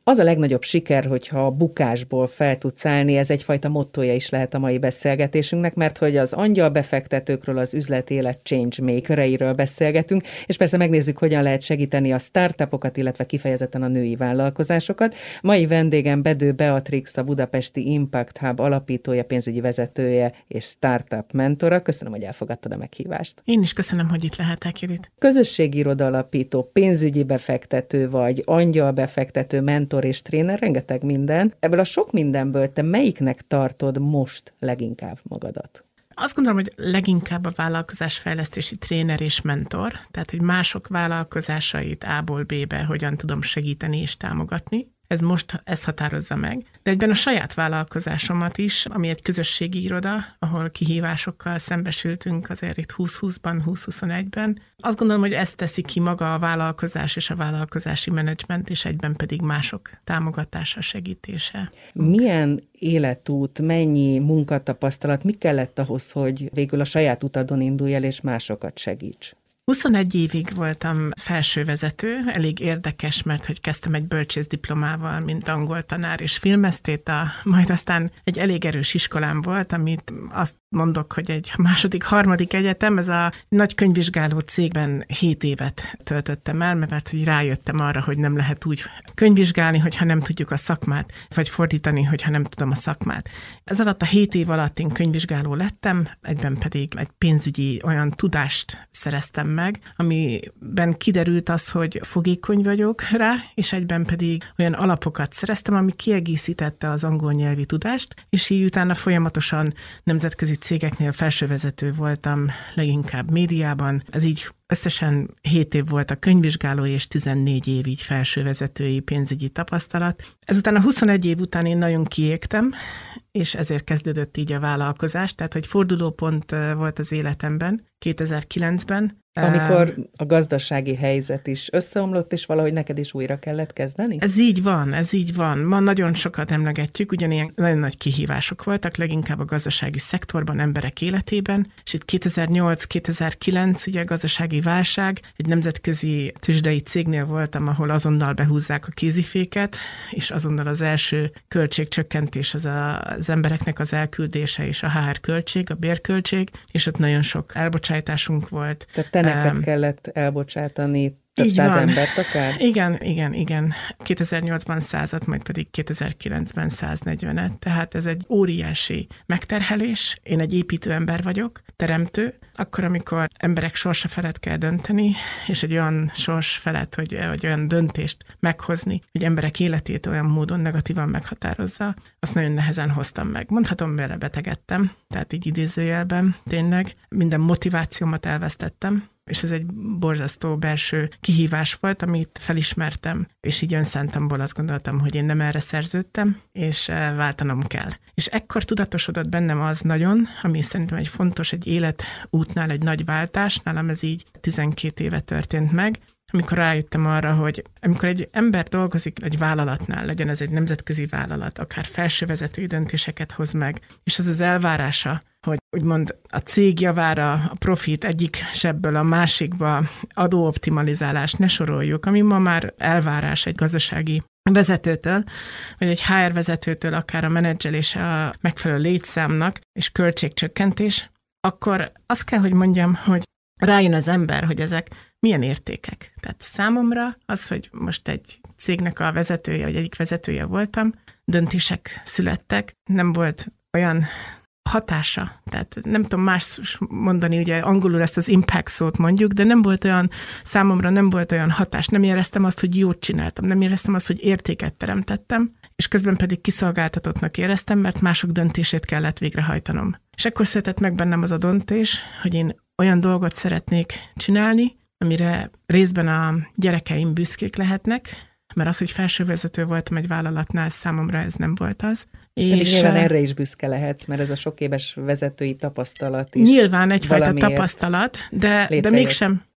Az a legnagyobb siker, hogyha a bukásból fel tudsz állni, ez egyfajta mottója is lehet a mai beszélgetésünknek, mert hogy az angyalbefektetőkről, az üzletélet changemakereiről beszélgetünk, és persze megnézzük, hogyan lehet segíteni a startupokat, illetve kifejezetten a női vállalkozásokat. Mai vendégem Bedő Beatrix, a Budapesti Impact Hub alapítója, pénzügyi vezetője és startup mentora. Köszönöm, hogy elfogadtad a meghívást. Én is köszönöm, hogy itt lehetek, Judit. Közösségiroda alapító, pénzügyi befektető vagy, angyalbefektető, mentor és tréner, rengeteg minden. Ebből a sok mindenből te melyiknek tartod most leginkább magadat? Azt gondolom, hogy leginkább a vállalkozásfejlesztési tréner és mentor, tehát hogy mások vállalkozásait A-ból B-be hogyan tudom segíteni és támogatni. Ez határozza meg. De egyben a saját vállalkozásomat is, ami egy közösségi iroda, ahol kihívásokkal szembesültünk azért itt 2020-ban, 2021-ben. Azt gondolom, hogy ezt teszi ki maga a vállalkozás és a vállalkozási menedzsment, és egyben pedig mások támogatása, segítése. Milyen életút, mennyi munkatapasztalat, mi kellett ahhoz, hogy végül a saját utadon indulj el, és másokat segíts? 21 évig voltam felsővezető, elég érdekes, mert hogy kezdtem egy bölcsészdiplomával, mint angol tanár és filmesztéta, majd aztán egy elég erős iskolám volt, amit azt mondok, hogy egy második, harmadik egyetem, ez a nagy könyvvizsgáló cégben 7 évet töltöttem el, mert hogy rájöttem arra, hogy nem lehet úgy könyvvizsgálni, hogyha nem tudjuk a szakmát, vagy fordítani, hogyha nem tudom a szakmát. Ez alatt a 7 év alatt én könyvvizsgáló lettem, egyben pedig egy pénzügyi olyan tudást szereztem meg, amiben kiderült az, hogy fogékony vagyok rá, és egyben pedig olyan alapokat szereztem, ami kiegészítette az angol nyelvi tudást, és így utána folyamatosan nemzetközi cégeknél felsővezető voltam, leginkább médiában. Ez így összesen 7 év volt a könyvvizsgáló, és 14 év így felsővezetői pénzügyi tapasztalat. Ezután a 21 év után én nagyon kiégtem, és ezért kezdődött így a vállalkozás, tehát hogy fordulópont volt az életemben 2009-ben. Amikor a gazdasági helyzet is összeomlott, és valahogy neked is újra kellett kezdeni? Ez így van. Ma nagyon sokat emlegetjük, ugyanilyen nagyon nagy kihívások voltak, leginkább a gazdasági szektorban, emberek életében, és itt 2008-2009 ugye a gazdasági válság, egy nemzetközi tőzsdei cégnél voltam, ahol azonnal behúzzák a kéziféket, és azonnal az első költségcsökkentés az embereknek az elküldése és a HR költség, a bérköltség, és ott nagyon sok elbocsátásunk volt. Tehát te neked kellett elbocsátani több száz embert akár? Igen. 2008-ban 100-at, majd pedig 2009-ben 140-et. Tehát ez egy óriási megterhelés. Én egy építő ember vagyok, teremtő. Akkor, amikor emberek sorsa felett kell dönteni, és egy olyan sors felett, vagy olyan döntést meghozni, hogy emberek életét olyan módon negatívan meghatározza, azt nagyon nehezen hoztam meg. Mondhatom, vele betegedtem, tehát így idézőjelben tényleg minden motivációmat elvesztettem, és ez egy borzasztó belső kihívás volt, amit felismertem, és így önszántamból azt gondoltam, hogy én nem erre szerződtem, és váltanom kell. És ekkor tudatosodott bennem az nagyon, ami szerintem egy fontos, egy életútnál, egy nagy váltás, nálam ez így 12 éve történt meg, amikor rájöttem arra, hogy amikor egy ember dolgozik egy vállalatnál, legyen ez egy nemzetközi vállalat, akár felsővezetői döntéseket hoz meg, és az az elvárása, hogy úgymond a cég javára a profit egyik sebből a másikba adóoptimalizálást ne soroljuk, ami ma már elvárás egy gazdasági vezetőtől, vagy egy HR vezetőtől, akár a menedzselése a megfelelő létszámnak és költségcsökkentés, akkor azt kell, hogy mondjam, hogy rájön az ember, hogy ezek milyen értékek. Tehát számomra az, hogy most egy cégnek a vezetője, vagy egyik vezetője voltam, döntések születtek, nem volt olyan hatása. Tehát nem tudom más mondani, ugye angolul ezt az impact szót mondjuk, de számomra nem volt olyan hatás. Nem éreztem azt, hogy jót csináltam, nem éreztem azt, hogy értéket teremtettem, és közben pedig kiszolgáltatottnak éreztem, mert mások döntését kellett végrehajtanom. És ekkor született meg bennem az a döntés, hogy én olyan dolgot szeretnék csinálni, amire részben a gyerekeim büszkék lehetnek, mert az, hogy felsővezető voltam egy vállalatnál, számomra ez nem volt az. És nyilván erre is büszke lehetsz, mert ez a sok éves vezetői tapasztalat is. Nyilván egyfajta tapasztalat, de mégsem.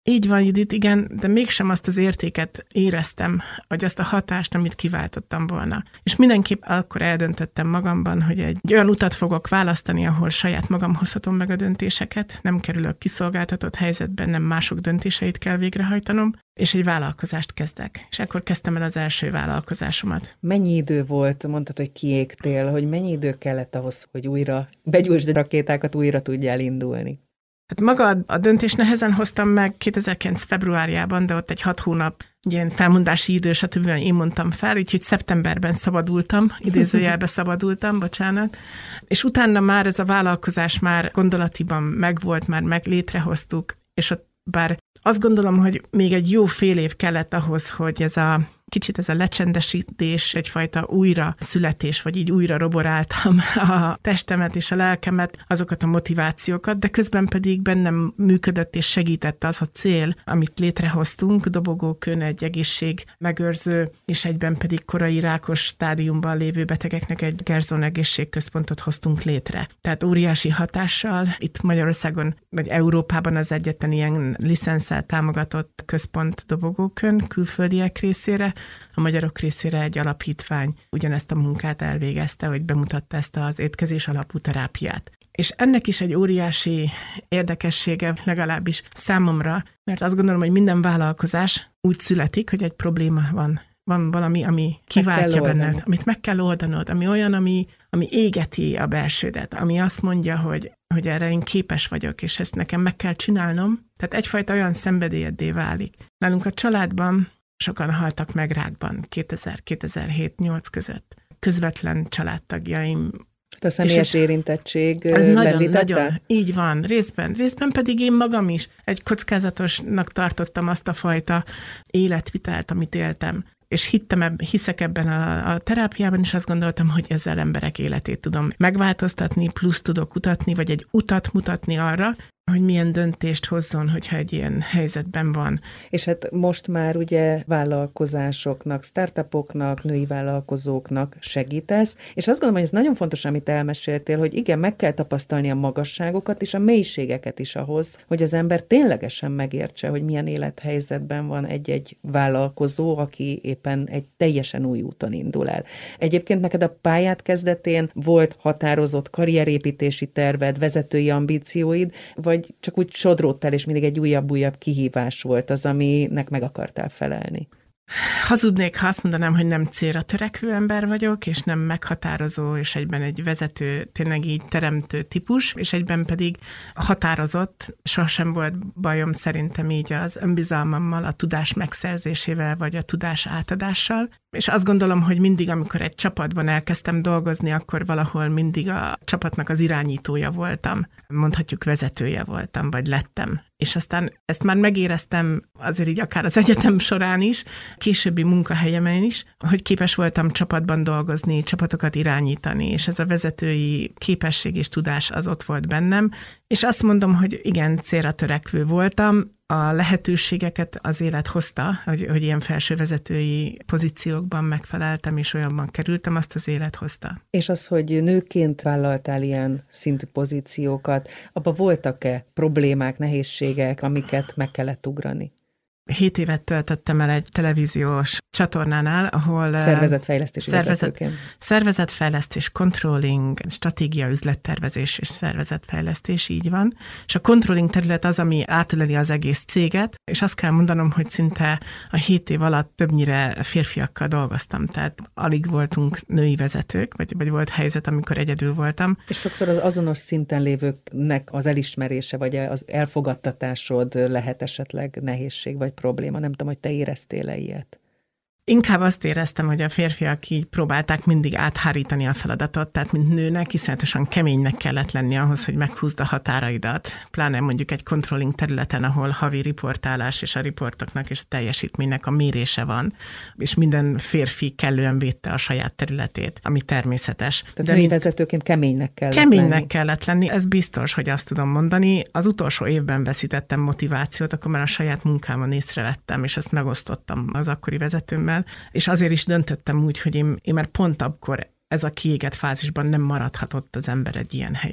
Így van, Judit, igen, de mégsem azt az értéket éreztem, vagy azt a hatást, amit kiváltottam volna. És mindenképp akkor eldöntöttem magamban, hogy egy olyan utat fogok választani, ahol saját magam hozhatom meg a döntéseket, nem kerülök kiszolgáltatott helyzetben, nem mások döntéseit kell végrehajtanom, és egy vállalkozást kezdek. És akkor kezdtem el az első vállalkozásomat. Mennyi idő volt, mondtad, hogy kiégtél, hogy mennyi idő kellett ahhoz, hogy újra begyújtsd a rakétákat, újra tudjál indulni? Hát maga a döntést nehezen hoztam meg 2009. februárjában, de ott egy 6 hónap ilyen felmondási idő, stb. Én mondtam fel, úgyhogy szeptemberben szabadultam, idézőjelbe szabadultam, bocsánat. És utána már ez a vállalkozás már gondolatiban megvolt, már létrehoztuk, és ott bár azt gondolom, hogy még egy jó fél év kellett ahhoz, hogy ez a lecsendesítés, egyfajta újra születés, vagy így újra roboráltam a testemet és a lelkemet, azokat a motivációkat, de közben pedig bennem működött és segített az a cél, amit létrehoztunk, Dobogókön egy egészség megőrző, és egyben pedig korai rákos stádiumban lévő betegeknek egy Gerzon egészségközpontot hoztunk létre. Tehát óriási hatással, itt Magyarországon, vagy Európában az egyetlen ilyen licenszel támogatott központ Dobogókön, külföldiek részére, a magyarok részére egy alapítvány ugyanezt a munkát elvégezte, hogy bemutatta ezt az étkezés alapú terápiát. És ennek is egy óriási érdekessége, legalábbis számomra, mert azt gondolom, hogy minden vállalkozás úgy születik, hogy egy probléma van. Van valami, ami kiváltja benned, amit meg kell oldanod, ami olyan, ami égeti a belsődet, ami azt mondja, hogy erre én képes vagyok, és ezt nekem meg kell csinálnom. Tehát egyfajta olyan szenvedélyeddé válik. Nálunk a családban sokan haltak meg rákban 2000-2007-8 között. Közvetlen családtagjaim. A személyes érintettség ez nagyon, így van, részben pedig én magam is egy kockázatosnak tartottam azt a fajta életvitelt, amit éltem. És hiszek ebben a terápiában, és azt gondoltam, hogy ezzel emberek életét tudom megváltoztatni, plusz tudok kutatni, vagy egy utat mutatni arra, hogy milyen döntést hozzon, hogyha egy ilyen helyzetben van. És hát most már ugye vállalkozásoknak, startupoknak, női vállalkozóknak segítesz, és azt gondolom, hogy ez nagyon fontos, amit elmeséltél, hogy igen, meg kell tapasztalni a magasságokat és a mélységeket is ahhoz, hogy az ember ténylegesen megértse, hogy milyen élethelyzetben van egy vállalkozó, aki éppen egy teljesen új úton indul el. Egyébként neked a pályát kezdetén volt határozott karrierépítési terved, vezetői ambícióid, vagy csak úgy sodródtál, és mindig egy újabb kihívás volt az, aminek meg akartál felelni? Hazudnék, ha azt mondanám, hogy nem célra törekvő ember vagyok, és nem meghatározó, és egyben egy vezető, tényleg így teremtő típus, és egyben pedig határozott, sohasem volt bajom szerintem így az önbizalmammal, a tudás megszerzésével, vagy a tudás átadással. És azt gondolom, hogy mindig, amikor egy csapatban elkezdtem dolgozni, akkor valahol mindig a csapatnak az irányítója voltam. Mondhatjuk vezetője voltam, vagy lettem. És aztán ezt már megéreztem azért így akár az egyetem során is, későbbi munkahelyemen is, hogy képes voltam csapatban dolgozni, csapatokat irányítani, és ez a vezetői képesség és tudás az ott volt bennem. És azt mondom, hogy igen, célra törekvő voltam, a lehetőségeket az élet hozta, hogy ilyen felsővezetői pozíciókban megfeleltem, és olyanban kerültem, azt az élet hozta. És az, hogy nőként vállaltál ilyen szintű pozíciókat, abban voltak-e problémák, nehézségek, amiket meg kellett ugrani? 7 évet töltöttem el egy televíziós csatornánál, ahol szervezetfejlesztési vezetőként. Szervezetfejlesztés, controlling, stratégia, üzlettervezés és szervezetfejlesztés, így van. És a controlling terület az, ami átöleli az egész céget, és azt kell mondanom, hogy szinte a 7 év alatt többnyire férfiakkal dolgoztam, tehát alig voltunk női vezetők, vagy volt helyzet, amikor egyedül voltam. És sokszor az azonos szinten lévőknek az elismerése, vagy az elfogadtatásod lehet esetleg nehézség, vagy probléma. Nem tudom, hogy te éreztél-e ilyet? Inkább azt éreztem, hogy a férfiak így próbálták mindig áthárítani a feladatot, tehát mint nőnek iszonyatosan keménynek kellett lenni ahhoz, hogy meghúzd a határaidat. Pláne mondjuk egy controlling területen, ahol havi riportálás és a riportoknak és a teljesítménynek a mérése van, és minden férfi kellően védte a saját területét, ami természetes. Tehát női vezetőként keménynek kellett lenni, ez biztos, hogy azt tudom mondani. Az utolsó évben veszítettem motivációt, akkor már a saját munkámon észrevettem, és ezt megosztottam az akkori vezetőmmel, és azért is döntöttem úgy, hogy én már pont akkor ez a kiégett fázisban nem maradhatott az ember egy ilyen helyen.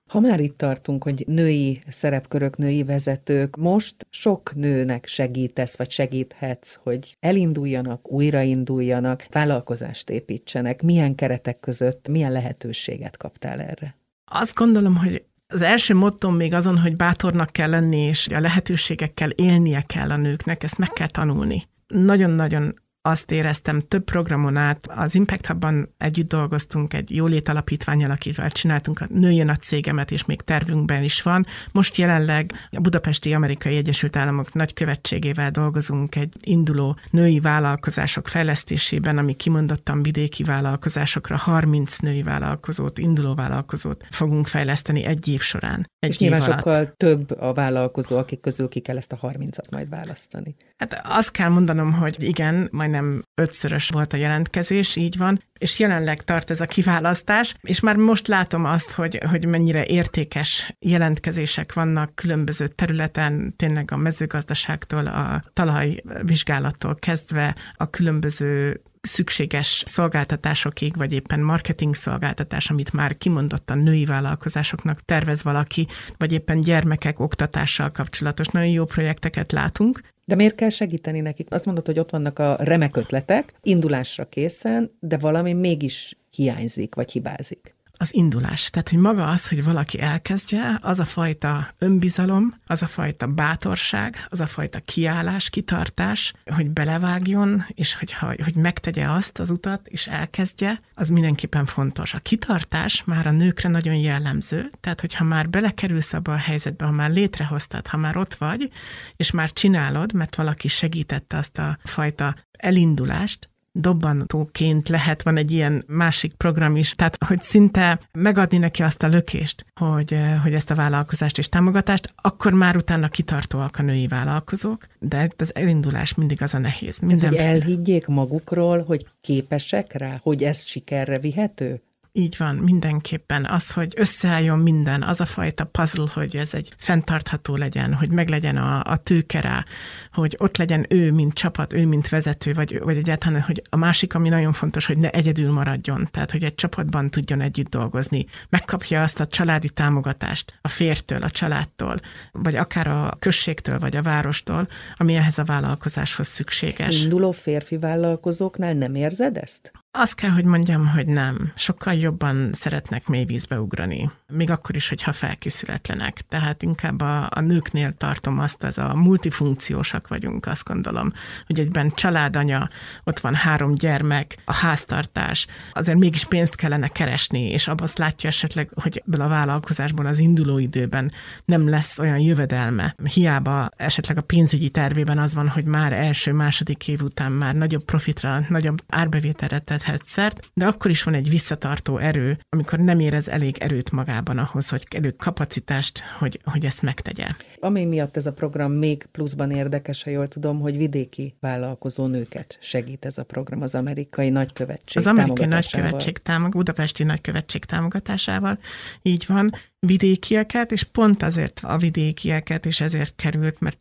Ha már itt tartunk, hogy női szerepkörök, női vezetők, most sok nőnek segítesz, vagy segíthetsz, hogy elinduljanak, újrainduljanak, vállalkozást építsenek. Milyen keretek között, milyen lehetőséget kaptál erre? Azt gondolom, hogy az első mottom még azon, hogy bátornak kell lenni, és a lehetőségekkel élnie kell a nőknek, ezt meg kell tanulni. Nagyon-nagyon azt éreztem több programon át, az Impact Hubban együtt dolgoztunk egy jólét alapítvánnyal, akivel csináltunk a Nőjön a cégemet, és még tervünkben is van. Most jelenleg a Budapesti Amerikai Egyesült Államok nagykövetségével dolgozunk egy induló női vállalkozások fejlesztésében, ami kimondottan vidéki vállalkozásokra 30 női vállalkozót, induló vállalkozót fogunk fejleszteni egy év során. És nyilván sokkal több a vállalkozó, akik közül ki kell ezt a 30-at majd választani. Hát azt kell mondanom, hogy igen, majdnem 5-szörös volt a jelentkezés, így van, és jelenleg tart ez a kiválasztás, és már most látom azt, hogy mennyire értékes jelentkezések vannak különböző területen, tényleg a mezőgazdaságtól, a talajvizsgálattól kezdve a különböző szükséges szolgáltatásokig, vagy éppen marketing szolgáltatás, amit már kimondottan női vállalkozásoknak tervez valaki, vagy éppen gyermekek oktatással kapcsolatos nagyon jó projekteket látunk. De miért kell segíteni nekik? Azt mondod, hogy ott vannak a remek ötletek, indulásra készen, de valami mégis hiányzik, vagy hibázik. Az indulás. Tehát, hogy maga az, hogy valaki elkezdje, az a fajta önbizalom, az a fajta bátorság, az a fajta kiállás, kitartás, hogy belevágjon, és hogy megtegye azt az utat, és elkezdje, az mindenképpen fontos. A kitartás már a nőkre nagyon jellemző, tehát, hogyha már belekerülsz abba a helyzetbe, ha már létrehoztad, ha már ott vagy, és már csinálod, mert valaki segítette azt a fajta elindulást, dobbantóként lehet, van egy ilyen másik program is, tehát hogy szinte megadni neki azt a lökést, hogy ezt a vállalkozást és támogatást, akkor már utána kitartóak a női vállalkozók, de az elindulás mindig az a nehéz. Hogy elhiggyék magukról, hogy képesek rá, hogy ez sikerre vihető? Így van, mindenképpen. Az, hogy összeálljon minden, az a fajta puzzle, hogy ez egy fenntartható legyen, hogy meglegyen a tőke rá, hogy ott legyen ő, mint csapat, ő, mint vezető, vagy egyáltalán, hogy a másik, ami nagyon fontos, hogy ne egyedül maradjon, tehát, hogy egy csapatban tudjon együtt dolgozni. Megkapja azt a családi támogatást a férjtől, a családtól, vagy akár a községtől, vagy a várostól, ami ehhez a vállalkozáshoz szükséges. Induló férfi vállalkozóknál nem érzed ezt? Azt kell, hogy mondjam, hogy nem. Sokkal jobban szeretnek mély vízbe ugrani. Még akkor is, hogyha felkészületlenek. Tehát inkább a nőknél tartom azt, ez a multifunkciósak vagyunk, azt gondolom, hogy egyben családanya, ott van 3 gyermek, a háztartás, azért mégis pénzt kellene keresni, és abban azt látja esetleg, hogy ebből a vállalkozásból az induló időben nem lesz olyan jövedelme. Hiába esetleg a pénzügyi tervében az van, hogy már első-második év után már nagyobb profitra, nagyobb árbevételre tehetett szert, de akkor is van egy visszatartó erő, amikor nem érez elég erőt magában ahhoz, hogy elég kapacitást, hogy ezt megtegye. Ami miatt ez a program még pluszban érdekes, ha jól tudom, hogy vidéki vállalkozó nőket segít ez a program az amerikai nagykövetség támogatásával. Budapesti nagykövetség támogatásával. Így van. Vidékieket, és pont azért a vidékieket, és ezért került, mert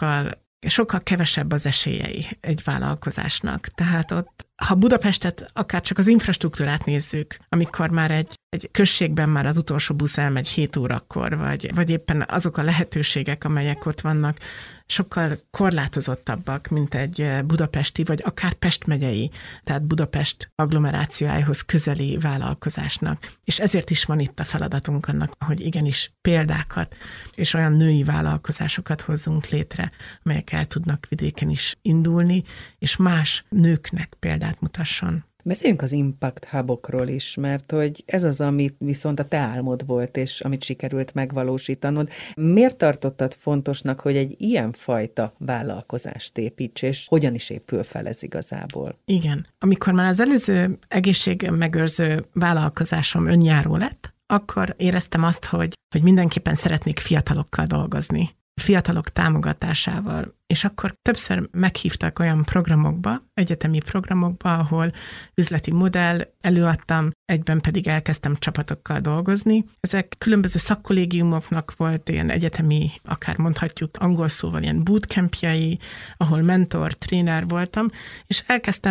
sokkal kevesebb az esélyei egy vállalkozásnak. Tehát ott, ha Budapestet, akár csak az infrastruktúrát nézzük, amikor már egy községben már az utolsó busz elmegy 7 órakor, vagy éppen azok a lehetőségek, amelyek ott vannak, sokkal korlátozottabbak, mint egy budapesti, vagy akár Pest megyei, tehát Budapest agglomerációjához közeli vállalkozásnak. És ezért is van itt a feladatunk annak, hogy igenis példákat és olyan női vállalkozásokat hozzunk létre, amelyek el tudnak vidéken is indulni, és más nőknek példát mutasson. Beszéljünk az Impact Hubokról is, mert hogy ez az, amit viszont a te álmod volt, és amit sikerült megvalósítanod. Miért tartottad fontosnak, hogy egy ilyen fajta vállalkozást építs, és hogyan is épül fel ez igazából? Igen. Amikor már az előző egészségmegőrző vállalkozásom önjáró lett, akkor éreztem azt, hogy mindenképpen szeretnék fiatalokkal dolgozni. Fiatalok támogatásával. És akkor többször meghívtak olyan programokba, egyetemi programokba, ahol üzleti modell előadtam, egyben pedig elkezdtem csapatokkal dolgozni. Ezek különböző szakkollégiumoknak volt ilyen egyetemi, akár mondhatjuk angol szóval ilyen bootcampjai, ahol mentor, tréner voltam, és elkezdtem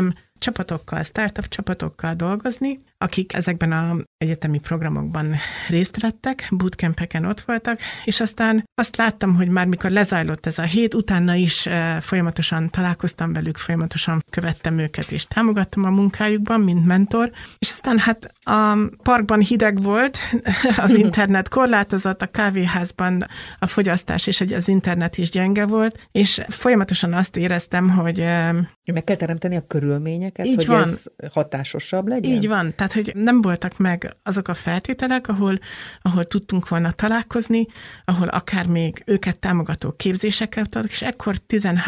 csapatokkal, startup csapatokkal dolgozni, akik ezekben az egyetemi programokban részt vettek, bootcampeken ott voltak, és aztán azt láttam, hogy már mikor lezajlott ez a hét, utána is folyamatosan találkoztam velük, folyamatosan követtem őket, és támogattam a munkájukban, mint mentor, és aztán hát a parkban hideg volt, az internet korlátozott, a kávéházban a fogyasztás és az internet is gyenge volt, és folyamatosan azt éreztem, hogy meg kell teremteni a körülményeket, így hogy van. Ez hatásosabb legyen? Így van, tehát hogy nem voltak meg azok a feltételek, ahol tudtunk volna találkozni, ahol akár még őket támogató képzéseket adtak, és ekkor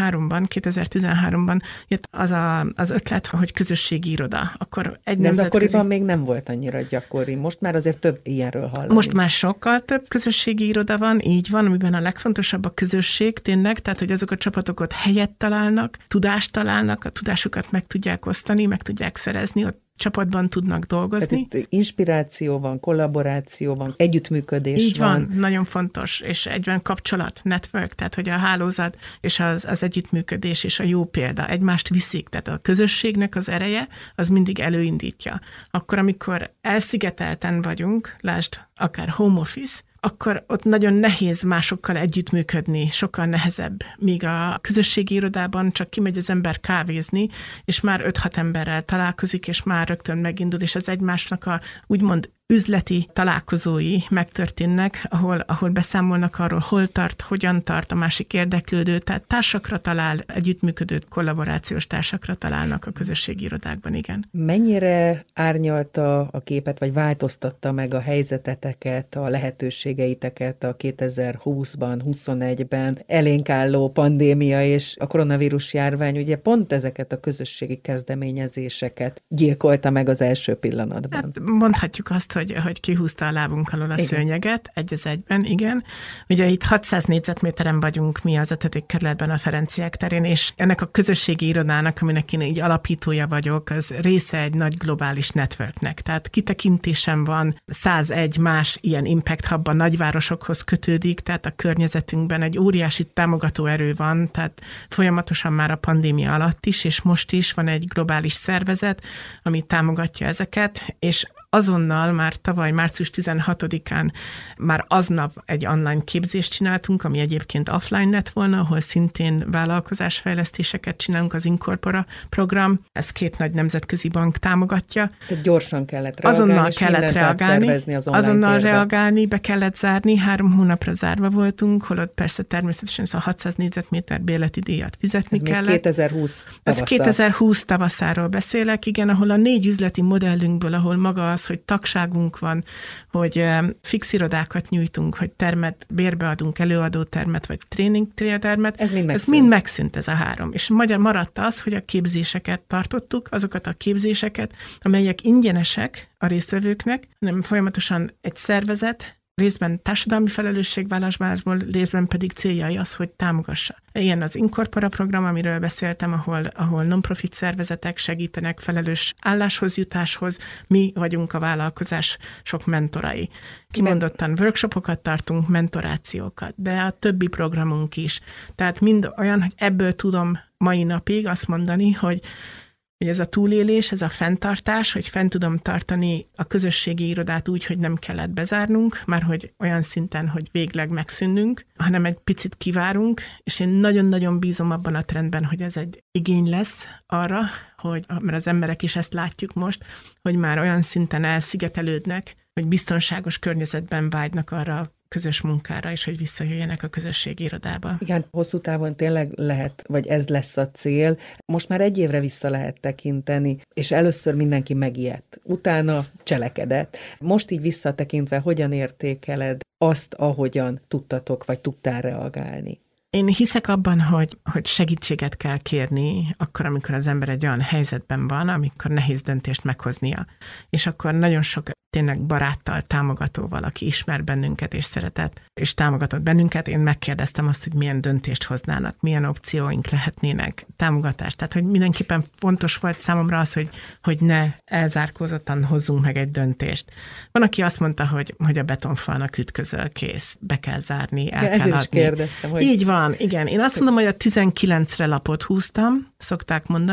2013-ban jött az ötlet, hogy közösségi iroda. Akkor de ez akkoriban még nem volt annyira gyakori. Most már azért több ilyenről hallani. Most már sokkal több közösségi iroda van, így van, amiben a legfontosabb a közösség tényleg, tehát hogy azok a csapatok ott helyet találnak, tudást találnak, a tudásukat meg tudják osztani, meg tudják szerezni, ott csapatban tudnak dolgozni. Tehát itt inspiráció van, kollaboráció van, együttműködés így van. Nagyon fontos, és egyben kapcsolat, network, tehát hogy a hálózat és az együttműködés és a jó példa egymást viszik, tehát a közösségnek az ereje az mindig előindítja. Akkor, amikor elszigetelten vagyunk, lásd, akár home office, akkor ott nagyon nehéz másokkal együttműködni, sokkal nehezebb. Míg a közösségi irodában csak kimegy az ember kávézni, és már 5-6 emberrel találkozik, és már rögtön megindul, és az egymásnak a úgymond üzleti találkozói megtörténnek, ahol beszámolnak arról, hol tart, hogyan tart a másik érdeklődő, tehát társakra talál, együttműködő, kollaborációs társakra találnak a közösségi irodákban, igen. Mennyire árnyalta a képet, vagy változtatta meg a helyzeteteket, a lehetőségeiteket a 2020-ban, 2021-ben elénk álló pandémia és a koronavírus járvány, ugye pont ezeket a közösségi kezdeményezéseket gyilkolta meg az első pillanatban? Hát mondhatjuk azt, hogy kihúzta a lábunk alól a szőnyeget, egy az egyben, igen. Ugye itt 600 négyzetméteren vagyunk mi az 5. kerületben a Ferenciek terén, és ennek a közösségi irodának, aminek én így alapítója vagyok, az része egy nagy globális networknek. Tehát kitekintésem van 101 más ilyen impact hubban, nagyvárosokhoz kötődik, tehát a környezetünkben egy óriási támogató erő van, tehát folyamatosan már a pandémia alatt is, és most is van egy globális szervezet, ami támogatja ezeket, és azonnal már tavaly március 16-án már aznap egy online képzést csináltunk, ami egyébként offline lett volna, ahol szintén vállalkozásfejlesztéseket csinálunk, az Incorpora program. Ez 2 nagy nemzetközi bank támogatja. Tehát gyorsan kellett reagálni, azonnal kellett reagálni, azonnal reagálni, be kellett zárni, 3 hónapra zárva voltunk, holott persze természetesen ez a 600 négyzetméter bérleti díjat fizetni ez kellett. Még 2020 tavasszal. Ez 2020 tavaszáról beszélek, igen, ahol a 4 üzleti modellünkből, ahol maga az, hogy tagságunk van, hogy fix irodákat nyújtunk, hogy termet bérbe adunk, előadótermet, vagy tréningtermet. Ez mind megszűnt ez a 3. És maradt az, hogy a képzéseket tartottuk, azokat a képzéseket, amelyek ingyenesek a résztvevőknek, hanem folyamatosan egy szervezet, részben társadalmi felelősségvállalásból, részben pedig céljai az, hogy támogassa. Ilyen az Incorpora program, amiről beszéltem, ahol non-profit szervezetek segítenek felelős álláshoz jutáshoz, mi vagyunk a vállalkozás sok mentorai. Kimondottan workshopokat tartunk, mentorációkat, de a többi programunk is. Tehát mind olyan, hogy ebből tudom mai napig azt mondani, hogy ez a túlélés, ez a fenntartás, hogy fent tudom tartani a közösségi irodát úgy, hogy nem kellett bezárnunk, már hogy olyan szinten, hogy végleg megszűnünk, hanem egy picit kivárunk, és én nagyon-nagyon bízom abban a trendben, hogy ez egy igény lesz arra, hogy, mert az emberek is ezt látjuk most, hogy már olyan szinten elszigetelődnek, hogy biztonságos környezetben vágynak arra a közös munkára, és hogy visszajöjjenek a közösségi irodába. Igen, hosszú távon tényleg lehet, vagy ez lesz a cél. Most már 1 évre vissza lehet tekinteni, és először mindenki megijedt. Utána cselekedett. Most így visszatekintve, hogyan értékeled azt, ahogyan tudtatok, vagy tudtál reagálni? Én hiszek abban, hogy segítséget kell kérni akkor, amikor az ember egy olyan helyzetben van, amikor nehéz döntést meghoznia. És akkor nagyon sok tényleg baráttal, támogatóval, aki ismer bennünket és szeretett, és támogatott bennünket, én megkérdeztem azt, hogy milyen döntést hoznának, milyen opcióink lehetnének, támogatást. Tehát, hogy mindenképpen fontos volt számomra az, hogy ne elzárkózottan hozzunk meg egy döntést. Van, aki azt mondta, hogy a betonfalnak ütközöl, kész, be kell zárni, el kell adni. Ezért is kérdeztem, hogy... Így van, igen. Én azt mondom, hogy a 19-re lapot húztam, szokták mondani,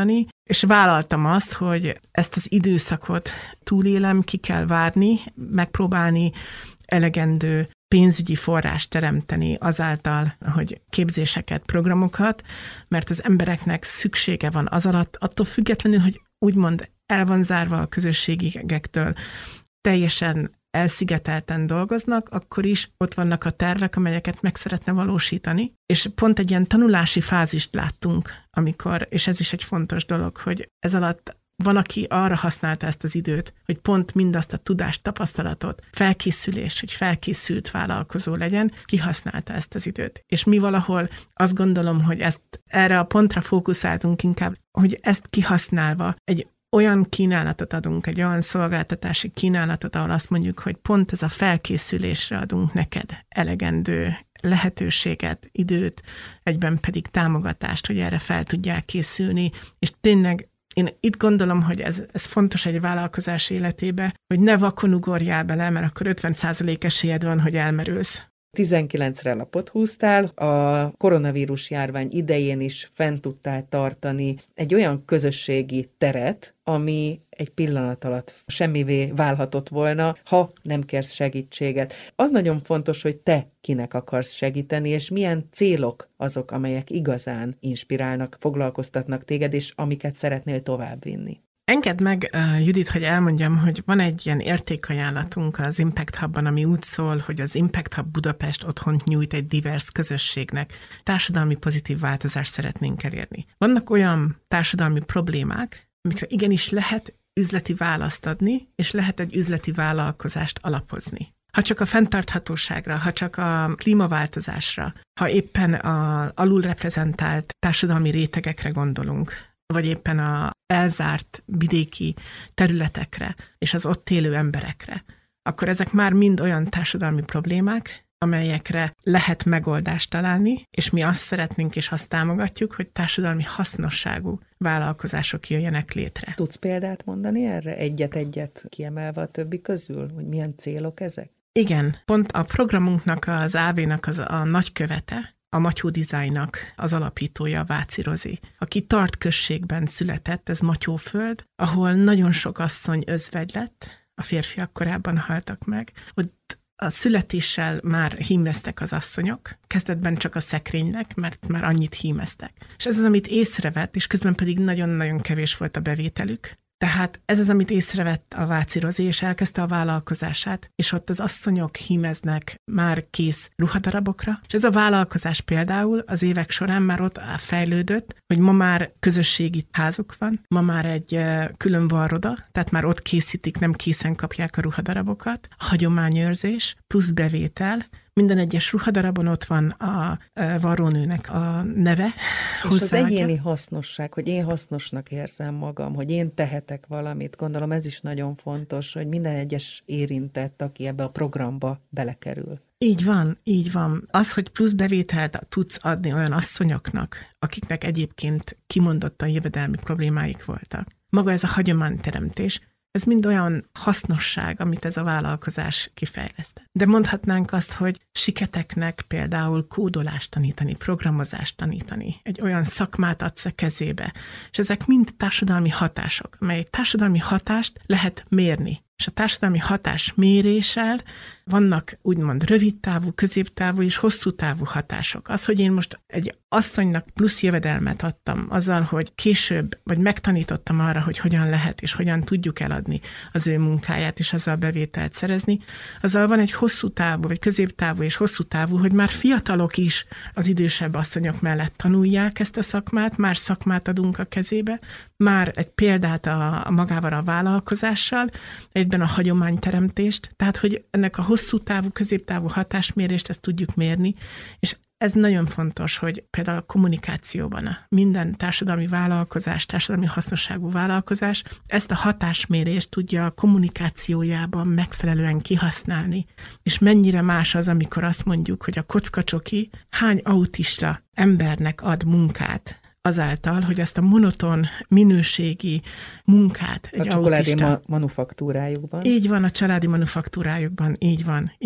És vállaltam azt, hogy ezt az időszakot túlélem, ki kell várni, megpróbálni elegendő pénzügyi forrást teremteni azáltal, hogy képzéseket, programokat, mert az embereknek szüksége van az alatt, attól függetlenül, hogy úgymond el van zárva a közösségektől, teljesen elszigetelten dolgoznak, akkor is ott vannak a tervek, amelyeket meg szeretne valósítani. És pont egy ilyen tanulási fázist láttunk, amikor, és ez is egy fontos dolog, hogy ez alatt van, aki arra használta ezt az időt, hogy pont mindazt a tudást, tapasztalatot, felkészülés, hogy felkészült vállalkozó legyen, kihasználta ezt az időt. És mi valahol azt gondolom, hogy erre a pontra fókuszáltunk inkább, hogy ezt kihasználva egy olyan kínálatot adunk, egy olyan szolgáltatási kínálatot, ahol azt mondjuk, hogy pont ez a felkészülésre adunk neked elegendő lehetőséget, időt, egyben pedig támogatást, hogy erre fel tudják készülni, és tényleg én itt gondolom, hogy ez fontos egy vállalkozás életébe, hogy ne vakon ugorjál bele, mert akkor 50% esélyed van, hogy elmerülsz. 19-re lapot húztál, a koronavírus járvány idején is fent tudtál tartani egy olyan közösségi teret, ami egy pillanat alatt semmivé válhatott volna, ha nem kérsz segítséget. Az nagyon fontos, hogy te kinek akarsz segíteni, és milyen célok azok, amelyek igazán inspirálnak, foglalkoztatnak téged, és amiket szeretnél továbbvinni. Engedd meg, Judit, hogy elmondjam, hogy van egy ilyen értékajánlatunk az Impact Hubban, ami úgy szól, hogy az Impact Hub Budapest otthont nyújt egy divers közösségnek. Társadalmi pozitív változást szeretnénk elérni. Vannak olyan társadalmi problémák, amikre igenis lehet üzleti választ adni, és lehet egy üzleti vállalkozást alapozni. Ha csak a fenntarthatóságra, ha csak a klímaváltozásra, ha éppen az alulreprezentált társadalmi rétegekre gondolunk, vagy éppen a elzárt vidéki területekre és az ott élő emberekre, akkor ezek már mind olyan társadalmi problémák, amelyekre lehet megoldást találni, és mi azt szeretnénk és azt támogatjuk, hogy társadalmi hasznosságú vállalkozások jöjjenek létre. Tudsz példát mondani erre? Egyet-egyet kiemelve a többi közül? Hogy milyen célok ezek? Igen, pont a programunknak, az AV-nak a nagykövete, a Matyó Designnak az alapítója, Váci Rozi, aki Tart községben született, ez Matyóföld, ahol nagyon sok asszony özvegy lett, a férfiak korábban haltak meg. Ott a születéssel már hímeztek az asszonyok, kezdetben csak a szekrénynek, mert már annyit hímeztek. És ez az, amit észrevett, és közben pedig nagyon-nagyon kevés volt a bevételük. Tehát ez az, amit észrevett a Váci Rozi, és elkezdte a vállalkozását, és ott az asszonyok hímeznek már kész ruhadarabokra, és ez a vállalkozás például az évek során már ott fejlődött, hogy ma már közösségi házuk van, ma már egy külön varroda, tehát már ott készítik, nem készen kapják a ruhadarabokat, hagyományőrzés, plusz bevétel, minden egyes ruhadarabon ott van a varrónőnek a neve. És az egyéni hasznosság, hogy én hasznosnak érzem magam, hogy én tehetek valamit, gondolom ez is nagyon fontos, hogy minden egyes érintett, aki ebbe a programba belekerül. Így van, így van. Az, hogy plusz bevételt tudsz adni olyan asszonyoknak, akiknek egyébként kimondottan jövedelmi problémáik voltak. Maga ez a hagyományteremtés, ez mind olyan hasznosság, amit ez a vállalkozás kifejlesztett. De mondhatnánk azt, hogy siketeknek például kódolást tanítani, programozást tanítani, egy olyan szakmát adsz a kezébe, és ezek mind társadalmi hatások, amely társadalmi hatást lehet mérni. És a társadalmi hatás méréssel vannak úgymond rövidtávú, középtávú és hosszú távú hatások. Az, hogy én most egy asszonynak plusz jövedelmet adtam azzal, hogy később, vagy megtanítottam arra, hogy hogyan lehet és hogyan tudjuk eladni az ő munkáját, és azzal bevételt szerezni, azzal van egy hosszú távú, vagy középtávú és hosszú távú, hogy már fiatalok is az idősebb asszonyok mellett tanulják ezt a szakmát, már szakmát adunk a kezébe, már egy példát a magával a vállalkozással, egyben a hagyományteremtést, tehát hogy ennek a hosszú távú, középtávú hatásmérést ezt tudjuk mérni, és ez nagyon fontos, hogy például a kommunikációban minden társadalmi vállalkozás, társadalmi hasznosságú vállalkozás ezt a hatásmérést tudja a kommunikációjában megfelelően kihasználni. És mennyire más az, amikor azt mondjuk, hogy a kockacsoki hány autista embernek ad munkát, azáltal, hogy ezt a monoton, minőségi munkát egy a családi manufaktúrájukban. Így van, a családi manufaktúrájukban, így van, igen.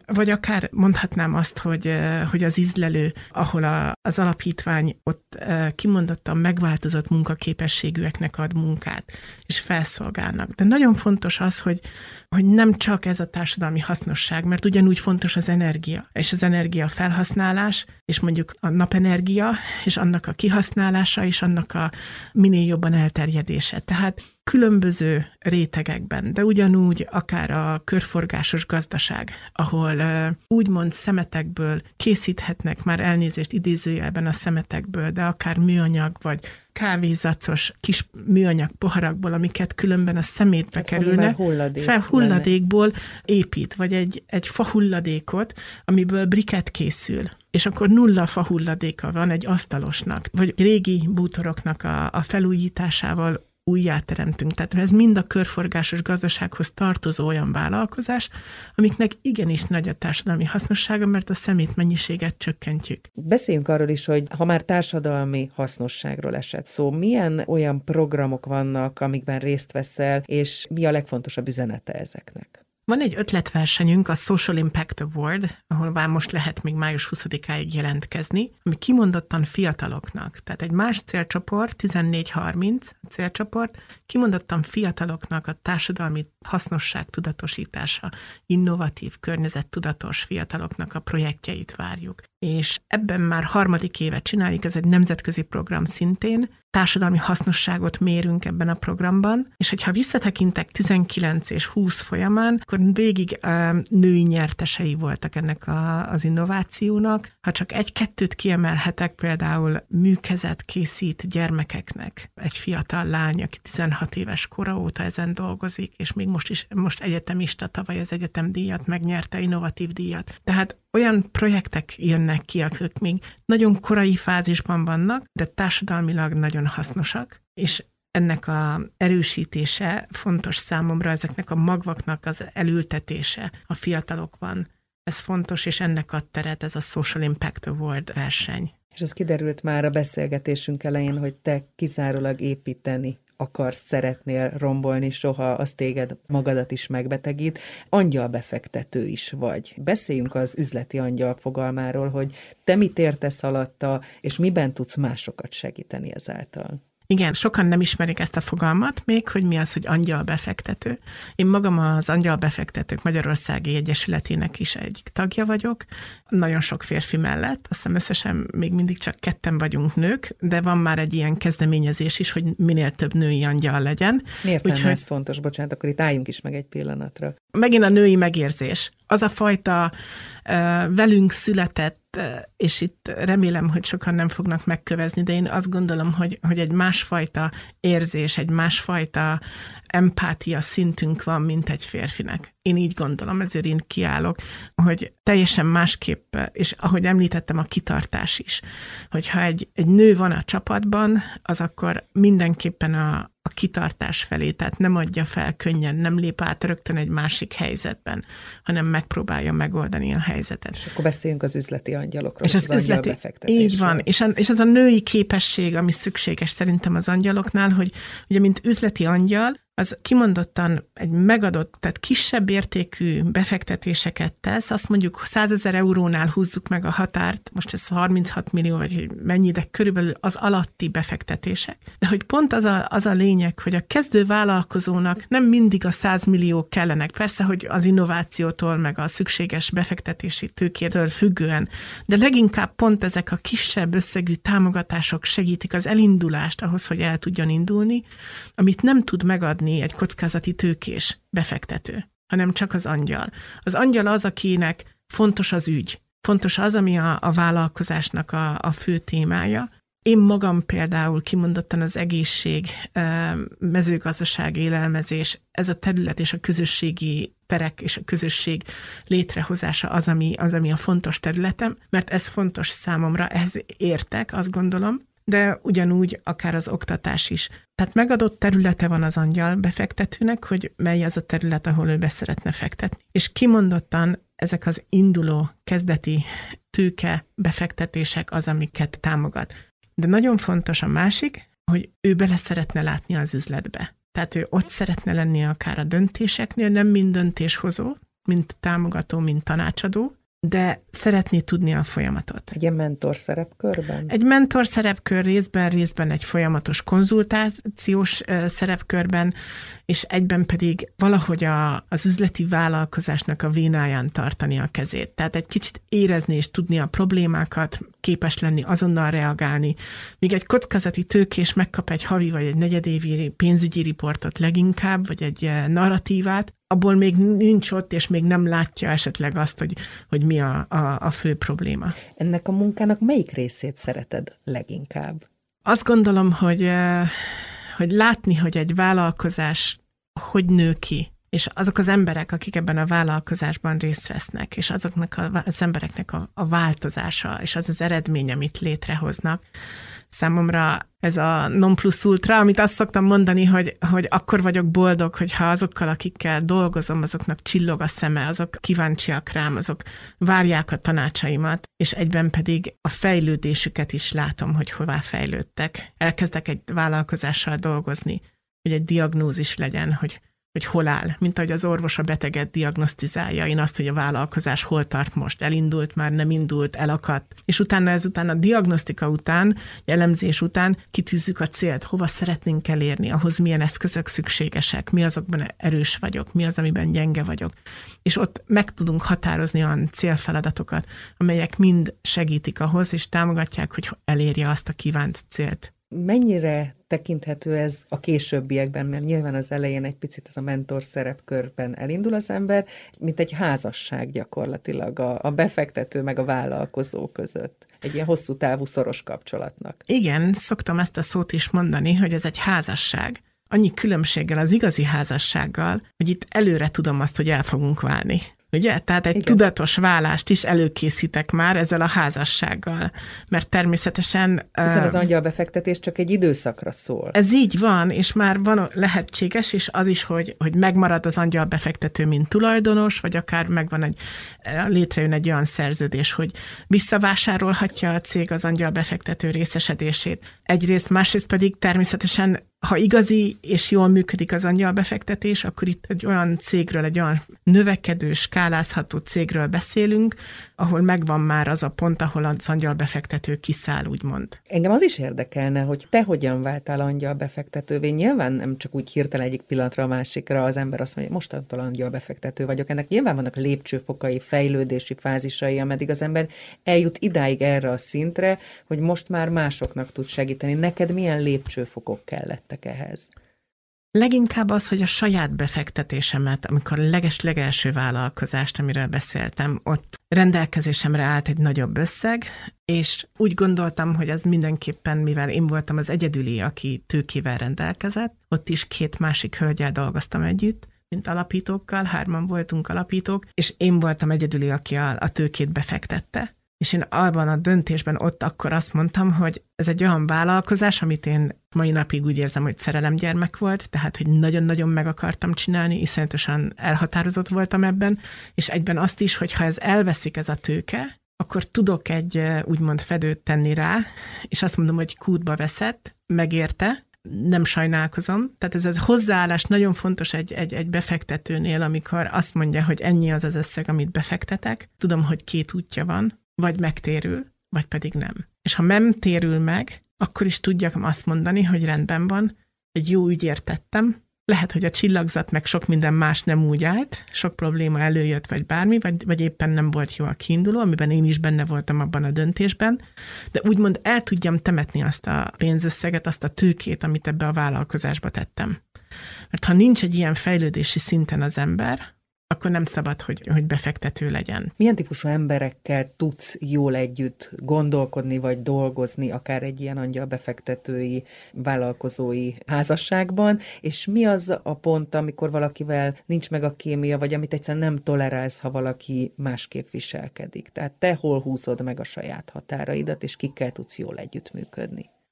vagy akár mondhatnám azt, hogy az ízlelő, ahol az alapítvány ott kimondottan megváltozott munkaképességűeknek ad munkát, és felszolgálnak. De nagyon fontos az, hogy nem csak ez a társadalmi hasznosság, mert ugyanúgy fontos az energia, és az energia felhasználás, és mondjuk a napenergia, és annak a kihasználása, és annak a minél jobban elterjedése. Tehát különböző rétegekben, de ugyanúgy akár a körforgásos gazdaság, ahol úgymond szemetekből készíthetnek, már elnézést idézőjelben a szemetekből, de akár műanyag, vagy kávézacos kis műanyag poharakból, amiket különben a szemétbe kerülnek, hulladékból épít, vagy egy fahulladékot, amiből briket készül, és akkor 0 fahulladéka van egy asztalosnak, vagy régi bútoroknak a felújításával újjáteremtünk. Tehát ez mind a körforgásos gazdasághoz tartozó olyan vállalkozás, amiknek igenis nagy a társadalmi hasznossága, mert a szemét mennyiséget csökkentjük. Beszéljünk arról is, hogy ha már társadalmi hasznosságról esett szó, milyen olyan programok vannak, amikben részt veszel, és mi a legfontosabb üzenete ezeknek? Van egy ötletversenyünk, a Social Impact Award, ahol már most lehet még május 20-áig jelentkezni, ami kimondottan fiataloknak. Tehát egy más célcsoport, 14-30 célcsoport, kimondottan fiataloknak a társadalmi hasznosság tudatosítása, innovatív, környezettudatos fiataloknak a projektjeit várjuk. És ebben már 3. évet csináljuk, ez egy nemzetközi program szintén, társadalmi hasznosságot mérünk ebben a programban, és hogyha visszatekintek 19 és 20 folyamán, akkor végig női nyertesei voltak ennek az innovációnak. Ha csak 1-2 kiemelhetek, például műkezet készít gyermekeknek. Egy fiatal lány, aki 16 éves kora óta ezen dolgozik, és még most egyetemista, tavaly az egyetemdíjat megnyerte, innovatív díjat. Tehát olyan projektek jönnek ki, akik még nagyon korai fázisban vannak, de társadalmilag nagyon hasznosak, és ennek a erősítése fontos számomra, ezeknek a magvaknak az elültetése a fiatalokban. Ez fontos, és ennek ad teret ez a Social Impact Award verseny. És az kiderült már a beszélgetésünk elején, hogy te kizárólag építeni akarsz, szeretnél rombolni, soha az téged magadat is megbetegít. Angyalbefektető is vagy. Beszéljünk az üzleti angyal fogalmáról, hogy te mit értesz alatta, és miben tudsz másokat segíteni ezáltal. Igen, sokan nem ismerik ezt a fogalmat még, hogy mi az, hogy angyalbefektető. Én magam az Angyalbefektetők Magyarországi Egyesületének is egyik tagja vagyok. Nagyon sok férfi mellett, azt hiszem összesen még mindig csak 2 vagyunk nők, de van már egy ilyen kezdeményezés is, hogy minél több női angyal legyen. Miért lenne ez fontos? Bocsánat, akkor itt álljunk is meg egy pillanatra. Megint a női megérzés. Az a fajta velünk született, és itt remélem, hogy sokan nem fognak megkövezni, de én azt gondolom, hogy egy másfajta érzés, egy másfajta empátia szintünk van, mint egy férfinek. Én így gondolom, ezért én kiállok, hogy teljesen másképp, és ahogy említettem, a kitartás is. Hogyha egy nő van a csapatban, az akkor mindenképpen a kitartás felé, tehát nem adja fel könnyen, nem lép át rögtön egy másik helyzetben, hanem megpróbálja megoldani a helyzetet. És akkor beszéljünk az üzleti angyalokról, és az üzleti, így van, és az a női képesség, ami szükséges szerintem az angyaloknál, hogy ugye mint üzleti angyal, az kimondottan egy megadott, tehát kisebb értékű befektetéseket tesz, azt mondjuk 100 000 eurónál húzzuk meg a határt, most ez 36 millió, vagy mennyi, de körülbelül az alatti befektetések. De hogy pont az a lényeg, hogy a kezdő vállalkozónak nem mindig a 100 millió kellenek. Persze, hogy az innovációtól, meg a szükséges befektetési tőkétől függően, de leginkább pont ezek a kisebb összegű támogatások segítik az elindulást ahhoz, hogy el tudjon indulni, amit nem tud megadni egy kockázati tőkés befektető, hanem csak az angyal. Az angyal az, akinek fontos az ügy, fontos az, ami a vállalkozásnak a fő témája. Én magam például kimondottan az egészség, mezőgazdaság, élelmezés, ez a terület és a közösségi terek és a közösség létrehozása az, ami a fontos területem, mert ez fontos számomra, ehhez értek, azt gondolom, de ugyanúgy akár az oktatás is. Tehát megadott területe van az angyal befektetőnek, hogy mely az a terület, ahol ő be szeretne fektetni. És kimondottan ezek az induló kezdeti tőke befektetések az, amiket támogat. De nagyon fontos a másik, hogy ő bele szeretne látni az üzletbe. Tehát ő ott szeretne lenni akár a döntéseknél, nem mind döntéshozó, mint támogató, mint tanácsadó, de szeretné tudni a folyamatot. Egy ilyen mentor szerepkörben? Egy mentor szerepkör részben egy folyamatos konzultációs szerepkörben, és egyben pedig valahogy az üzleti vállalkozásnak a vénáján tartani a kezét. Tehát egy kicsit érezni és tudni a problémákat, képes lenni, azonnal reagálni. Míg egy kockázati tőkés megkap egy havi vagy egy negyedévi pénzügyi riportot leginkább, vagy egy narratívát, abból még nincs ott, és még nem látja esetleg azt, hogy mi a fő probléma. Ennek a munkának melyik részét szereted leginkább? Azt gondolom, hogy látni, hogy egy vállalkozás hogy nő ki, és azok az emberek, akik ebben a vállalkozásban részt vesznek, és azoknak az embereknek a változása, és az eredmény, amit létrehoznak. Számomra ez a non plus ultra, amit azt szoktam mondani, hogy akkor vagyok boldog, hogyha azokkal, akikkel dolgozom, azoknak csillog a szeme, azok kíváncsiak rám, azok várják a tanácsaimat, és egyben pedig a fejlődésüket is látom, hogy hová fejlődtek. Elkezdek egy vállalkozással dolgozni, hogy egy diagnózis legyen, hogy hol áll, mint ahogy az orvos a beteget diagnosztizálja, én azt, hogy a vállalkozás hol tart most, elindult, már nem indult, elakadt, és ezután a diagnosztika után, elemzés után kitűzzük a célt, hova szeretnénk elérni, ahhoz milyen eszközök szükségesek, mi azokban erős vagyok, mi az, amiben gyenge vagyok. És ott meg tudunk határozni olyan célfeladatokat, amelyek mind segítik ahhoz, és támogatják, hogy elérje azt a kívánt célt. Mennyire tekinthető ez a későbbiekben, mert nyilván az elején egy picit ez a mentor szerepkörben elindul az ember, mint egy házasság gyakorlatilag a befektető meg a vállalkozó között. Egy ilyen hosszú távú szoros kapcsolatnak. Igen, szoktam ezt a szót is mondani, hogy ez egy házasság. Annyi különbséggel az igazi házassággal, hogy itt előre tudom azt, hogy el fogunk válni. Ugye? Tehát egy tudatos válást is előkészítek már ezzel a házassággal, mert természetesen... Hiszen az angyalbefektetés csak egy időszakra szól. Ez így van, és már van lehetséges, és az is, hogy megmarad az angyalbefektető, mint tulajdonos, vagy akár létrejön egy olyan szerződés, hogy visszavásárolhatja a cég az angyalbefektető részesedését. Egyrészt, másrészt pedig természetesen ha igazi és jól működik az angyalbefektetés, akkor itt egy olyan cégről, egy olyan növekedő, skálázható cégről beszélünk, ahol megvan már az a pont, ahol az angyalbefektető kiszáll, úgymond. Engem az is érdekelne, hogy te hogyan váltál angyalbefektetővé. Nyilván nem csak úgy hirtelen egyik pillanatra a másikra az ember azt mondja, hogy mostantól angyalbefektető vagyok. Ennek nyilván vannak lépcsőfokai, fejlődési fázisai, ameddig az ember eljut idáig erre a szintre, hogy most már másoknak tud segíteni. Neked milyen lépcsőfokok kellettek ehhez? Leginkább az, hogy a saját befektetésemet, amikor a legelső vállalkozást, amiről beszéltem, ott rendelkezésemre állt egy nagyobb összeg, és úgy gondoltam, hogy az mindenképpen, mivel én voltam az egyedüli, aki tőkével rendelkezett, ott is 2 másik hölgyel dolgoztam együtt, mint alapítókkal, 3-an voltunk alapítók, és én voltam egyedüli, aki a tőkét befektette. És én abban a döntésben ott akkor azt mondtam, hogy ez egy olyan vállalkozás, amit én mai napig úgy érzem, hogy szerelemgyermek volt, tehát, hogy nagyon-nagyon meg akartam csinálni, iszonyatosan elhatározott voltam ebben, és egyben azt is, hogy ha ez elveszik ez a tőke, akkor tudok egy úgymond fedőt tenni rá, és azt mondom, hogy kútba veszett, megérte, nem sajnálkozom. Tehát ez hozzáállás nagyon fontos egy befektetőnél, amikor azt mondja, hogy ennyi az összeg, amit befektetek. Tudom, hogy 2 útja van, vagy megtérül, vagy pedig nem. És ha nem térül meg, akkor is tudjak azt mondani, hogy rendben van, egy jó ügyért tettem, lehet, hogy a csillagzat meg sok minden más nem úgy állt, sok probléma előjött, vagy bármi, vagy éppen nem volt jó a kiinduló, amiben én is benne voltam abban a döntésben, de úgymond el tudjam temetni azt a pénzösszeget, azt a tőkét, amit ebbe a vállalkozásba tettem. Mert ha nincs egy ilyen fejlődési szinten az ember, akkor nem szabad, hogy befektető legyen. Milyen típusú emberekkel tudsz jól együtt gondolkodni, vagy dolgozni, akár egy ilyen angyalbefektetői, vállalkozói házasságban, és mi az a pont, amikor valakivel nincs meg a kémia, vagy amit egyszerűen nem tolerálsz, ha valaki másképp viselkedik? Tehát te hol húzod meg a saját határaidat, és kikkel tudsz jól együttműködni?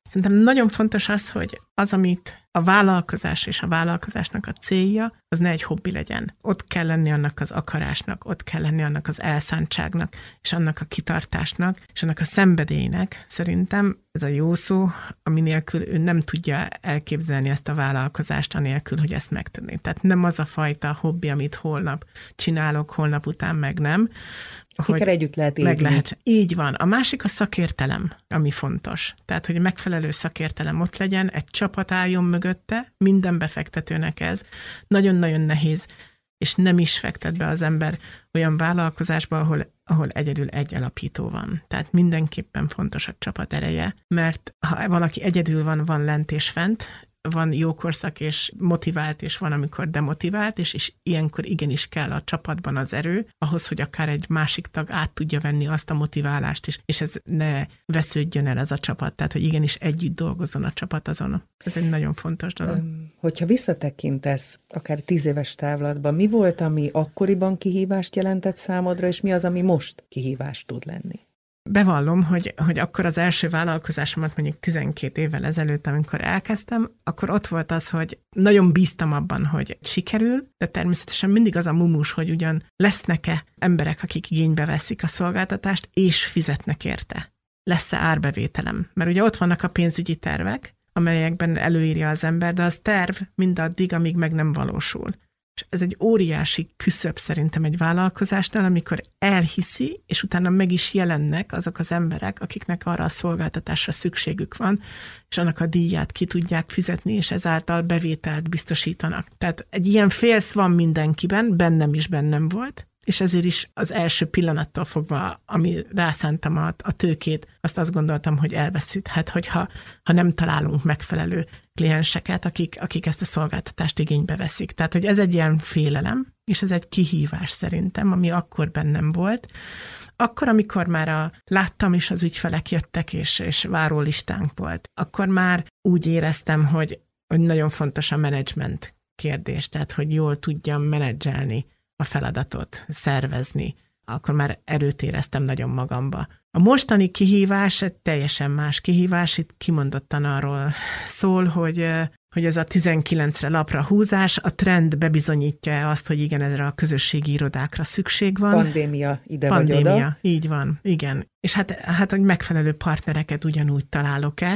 Szerintem nagyon fontos az, hogy az, amit a vállalkozás és a vállalkozásnak a célja, az ne egy hobbi legyen. Ott kell lenni annak az akarásnak, ott kell lenni annak az elszántságnak, és annak a kitartásnak, és annak a szenvedélynek. Szerintem ez a jó szó, ami nélkül ő nem tudja elképzelni ezt a vállalkozást, anélkül, hogy ezt megtenni. Tehát nem az a fajta hobbi, amit holnap csinálok, holnap után meg nem. Akikkel együtt lehet égni. Meg lehet. Így van. A másik a szakértelem, ami fontos. Tehát, hogy megfelelő szakértelem ott legyen, egy csapat álljon mögötte, minden befektetőnek ez. Nagyon-nagyon nehéz, és nem is fektet be az ember olyan vállalkozásba, ahol egyedül egy alapító van. Tehát mindenképpen fontos a csapat ereje, mert ha valaki egyedül van lent és fent, van jó korszak és motivált, és van, amikor demotivált, és ilyenkor igenis kell a csapatban az erő, ahhoz, hogy akár egy másik tag át tudja venni azt a motiválást is, és ez ne vesződjön el ez a csapat, tehát, hogy igenis együtt dolgozzon a csapat azon. Ez egy nagyon fontos dolog. Hogyha visszatekintesz, akár 10 éves távlatban, mi volt, ami akkoriban kihívást jelentett számodra, és mi az, ami most kihívást tud lenni? Bevallom, hogy akkor az első vállalkozásomat mondjuk 12 évvel ezelőtt, amikor elkezdtem, akkor ott volt az, hogy nagyon bíztam abban, hogy sikerül, de természetesen mindig az a mumus, hogy ugyan lesznek-e emberek, akik igénybe veszik a szolgáltatást, és fizetnek érte. Lesz-e árbevételem? Mert ugye ott vannak a pénzügyi tervek, amelyekben előírja az ember, de az terv mindaddig, amíg meg nem valósul. És ez egy óriási küszöb szerintem egy vállalkozásnál, amikor elhiszi, és utána meg is jelennek azok az emberek, akiknek arra a szolgáltatásra szükségük van, és annak a díját ki tudják fizetni, és ezáltal bevételt biztosítanak. Tehát egy ilyen félsz van mindenkiben, bennem volt, és ezért is az első pillanattól fogva, ami rászántam a tőkét, azt gondoltam, hogy elveszíthet, hogyha nem találunk megfelelő klienseket, akik ezt a szolgáltatást igénybe veszik. Tehát, hogy ez egy ilyen félelem, és ez egy kihívás szerintem, ami akkor bennem volt. Akkor, amikor már láttam is, az ügyfelek jöttek, és várólistánk volt, akkor már úgy éreztem, hogy nagyon fontos a menedzsment kérdés, tehát, hogy jól tudjam menedzselni a feladatot, szervezni, akkor már erőt éreztem nagyon magamba. A mostani kihívás egy teljesen más kihívás, itt kimondottan arról szól, hogy ez a 19-re lapra húzás, a trend bebizonyítja azt, hogy igen, ezre a közösségi irodákra szükség van. Pandémia ide vagy oda. Így van, igen. És hát hogy megfelelő partnereket ugyanúgy találok-e,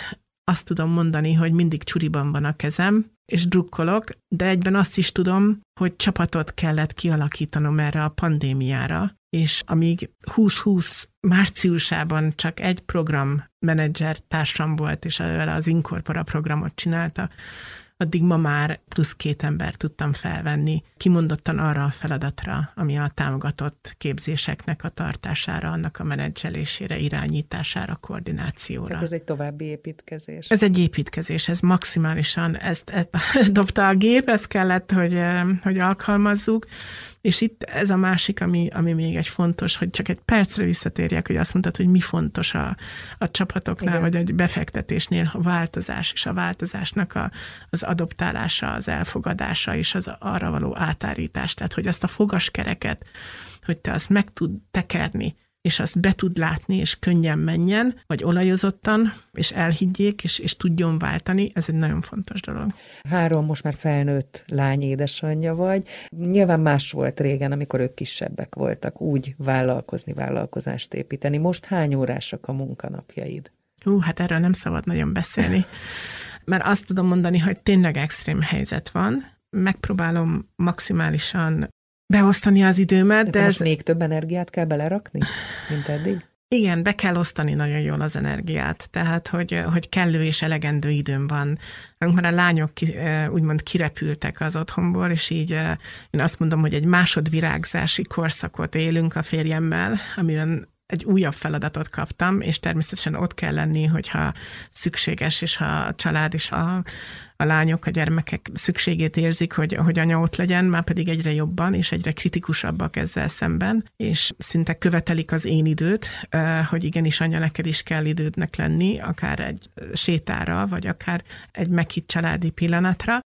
azt tudom mondani, hogy mindig csuriban van a kezem, és drukkolok, de egyben azt is tudom, hogy csapatot kellett kialakítanom erre a pandémiára, és amíg 2020 márciusában csak egy programmenedzser társam volt, és az Incorpora programot csinálta, addig ma már plusz 2 embert tudtam felvenni, kimondottan arra a feladatra, ami a támogatott képzéseknek a tartására, annak a menedzselésére, irányításására, koordinációra. Tehát ez egy további építkezés. Ez egy építkezés, ez maximálisan, ezt dobta a gép, ez kellett, hogy alkalmazzuk, és itt ez a másik, ami még egy fontos, hogy csak egy percre visszatérjek, hogy azt mondtad, hogy mi fontos a csapatoknál, igen, vagy egy befektetésnél a változás, és a változásnak az adoptálása, az elfogadása, és az arra való átárítás. Tehát, hogy azt a fogaskereket, hogy te azt meg tud tekerni, és azt be tud látni, és könnyen menjen, vagy olajozottan, és elhiggyék, és tudjon váltani, ez egy nagyon fontos dolog. 3 most már felnőtt lány édesanyja vagy. Nyilván más volt régen, amikor ők kisebbek voltak, úgy vállalkozást építeni. Most hány órásak a munkanapjaid? Hát erről nem szabad nagyon beszélni, mert azt tudom mondani, hogy tényleg extrém helyzet van. Megpróbálom maximálisan beosztani az időmet. De most még több energiát kell belerakni, mint eddig? Igen, be kell osztani nagyon jól az energiát, tehát hogy kellő és elegendő időm van. Amikor a lányok úgymond kirepültek az otthonból, és így én azt mondom, hogy egy másodvirágzási korszakot élünk a férjemmel, amiben egy újabb feladatot kaptam, és természetesen ott kell lenni, hogyha szükséges, és ha a család és a lányok, a gyermekek szükségét érzik, hogy anya ott legyen, már pedig egyre jobban, és egyre kritikusabbak ezzel szemben, és szinte követelik az én időt, hogy igenis anya, neked is kell idődnek lenni, akár egy sétára, vagy akár egy meghitt családi pillanatra.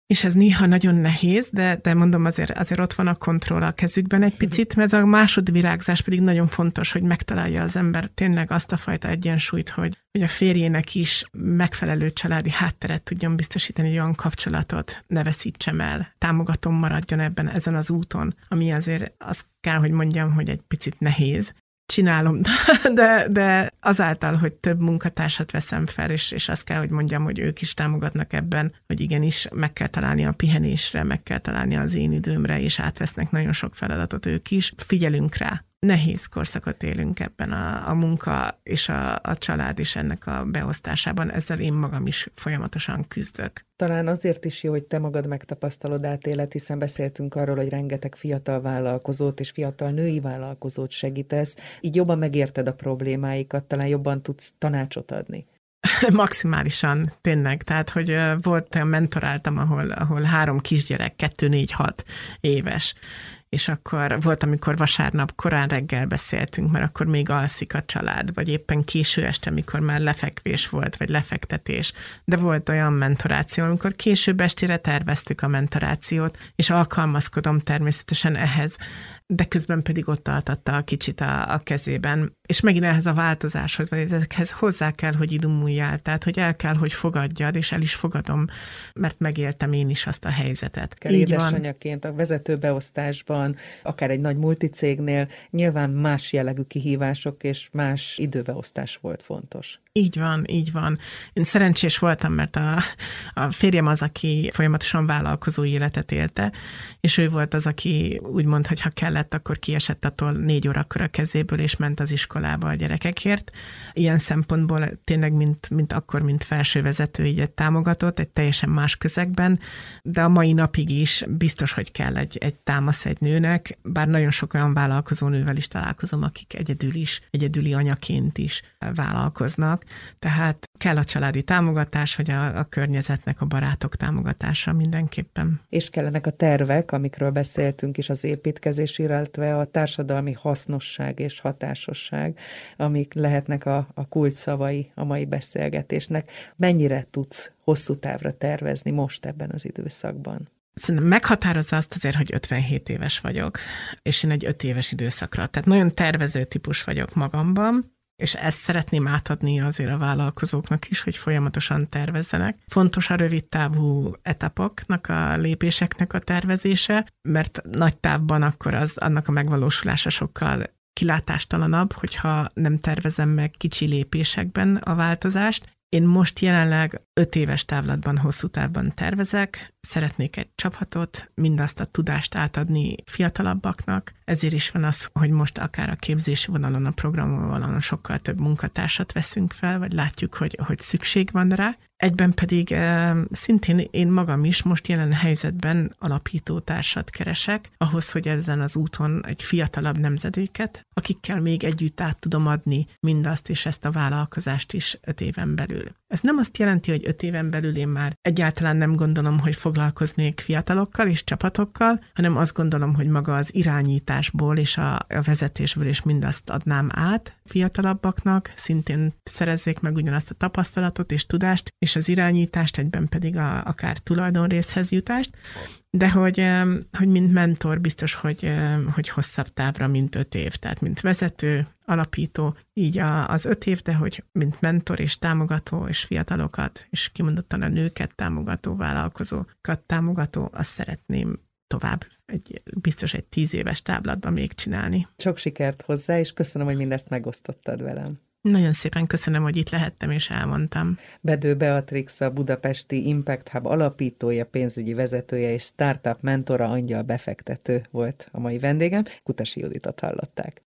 És ez néha nagyon nehéz, de mondom, azért ott van a kontroll a kezükben egy picit, mert ez a másodvirágzás pedig nagyon fontos, hogy megtalálja az ember tényleg azt a fajta egyensúlyt, hogy a férjének is megfelelő családi hátteret tudjon biztosítani, egy olyan kapcsolatot ne veszítsem el, támogatom maradjon ezen az úton, ami azért azt kell, hogy mondjam, hogy egy picit nehéz. Csinálom, de azáltal, hogy több munkatársat veszem fel, és azt kell, hogy mondjam, hogy ők is támogatnak ebben, hogy igenis meg kell találni a pihenésre, meg kell találni az én időmre, és átvesznek nagyon sok feladatot ők is. Figyelünk rá. Nehéz korszakot élünk ebben a munka és a család is ennek a beosztásában. Ezzel én magam is folyamatosan küzdök. Talán azért is jó, hogy te magad megtapasztalod átélet, hiszen beszéltünk arról, hogy rengeteg fiatal vállalkozót és fiatal női vállalkozót segítesz, így jobban megérted a problémáikat, talán jobban tudsz tanácsot adni. Maximálisan, tényleg. Tehát, hogy mentoráltam, ahol 3 kisgyerek, 2, 4, 6 éves. És akkor volt, amikor vasárnap korán reggel beszéltünk, mert akkor még alszik a család, vagy éppen késő este, amikor már lefekvés volt, vagy lefektetés. De volt olyan mentoráció, amikor később estére terveztük a mentorációt, és alkalmazkodom természetesen ehhez, de közben pedig ott tartotta a kicsit a kezében. És megint ehhez a változáshoz, vagy ezekhez hozzá kell, hogy idumuljál, tehát hogy el kell, hogy fogadjad, és el is fogadom, mert megéltem én is azt a helyzetet. Édesanyaként a vezetőbeosztásban, akár egy nagy multicégnél nyilván más jellegű kihívások és más időbeosztás volt fontos. Így van, így van. Én szerencsés voltam, mert a férjem az, aki folyamatosan vállalkozó életet élte, és ő volt az, aki úgymond, hogy ha kellett, akkor kiesett attól 4 órakor a kezéből, és ment az iskolába a gyerekekért. Ilyen szempontból tényleg, mint felsővezető, így támogatott, egy teljesen más közegben, de a mai napig is biztos, hogy kell egy támasz egy nőnek, bár nagyon sok olyan vállalkozó nővel is találkozom, akik egyedüli anyaként is vállalkoznak. Tehát kell a családi támogatás, vagy a környezetnek, a barátok támogatása mindenképpen. És kellenek a tervek, amikről beszéltünk is, az építkezés, illetve a társadalmi hasznosság és hatásosság, amik lehetnek a kulcsszavai a mai beszélgetésnek. Mennyire tudsz hosszú távra tervezni most ebben az időszakban? Szerintem meghatározza azt azért, hogy 57 éves vagyok, és én egy 5 éves időszakra. Tehát nagyon tervező típus vagyok magamban, és ezt szeretném átadni azért a vállalkozóknak is, hogy folyamatosan tervezzenek. Fontos a rövid távú etapoknak, a lépéseknek a tervezése, mert nagy távban akkor annak a megvalósulása sokkal kilátástalanabb, hogyha nem tervezem meg kicsi lépésekben a változást. Én most jelenleg 5 éves távlatban, hosszú távban tervezek, szeretnék egy csapatot, mindazt a tudást átadni fiatalabbaknak, ezért is van az, hogy most akár a képzési vonalon, a programvonalon sokkal több munkatársat veszünk fel, vagy látjuk, hogy szükség van rá. Egyben pedig szintén én magam is most jelen helyzetben alapítótársat keresek, ahhoz, hogy ezen az úton egy fiatalabb nemzedéket, akikkel még együtt át tudom adni mindazt és ezt a vállalkozást is 5 éven belül. Ez nem azt jelenti, hogy 5 éven belül én már egyáltalán nem gondolom, hogy foglalkoznék fiatalokkal és csapatokkal, hanem azt gondolom, hogy maga az irányításból és a vezetésből is mindazt adnám át fiatalabbaknak, szintén szerezzék meg ugyanazt a tapasztalatot és tudást, és az irányítást, egyben pedig akár tulajdonrészhez jutást, de hogy mint mentor biztos, hogy hosszabb távra, mint 5 év, tehát mint vezető, alapító, így az 5 év, de hogy mint mentor és támogató és fiatalokat, és kimondottan a nőket támogató, vállalkozókat támogató, azt szeretném tovább biztos egy 10 éves táblatban még csinálni. Sok sikert hozzá, és köszönöm, hogy mindezt megosztottad velem. Nagyon szépen köszönöm, hogy itt lehettem és elmondtam. Bedő Beatrix, a budapesti Impact Hub alapítója, pénzügyi vezetője és startup mentora, angyal befektető volt a mai vendégem. Kutasi Juditot hallották.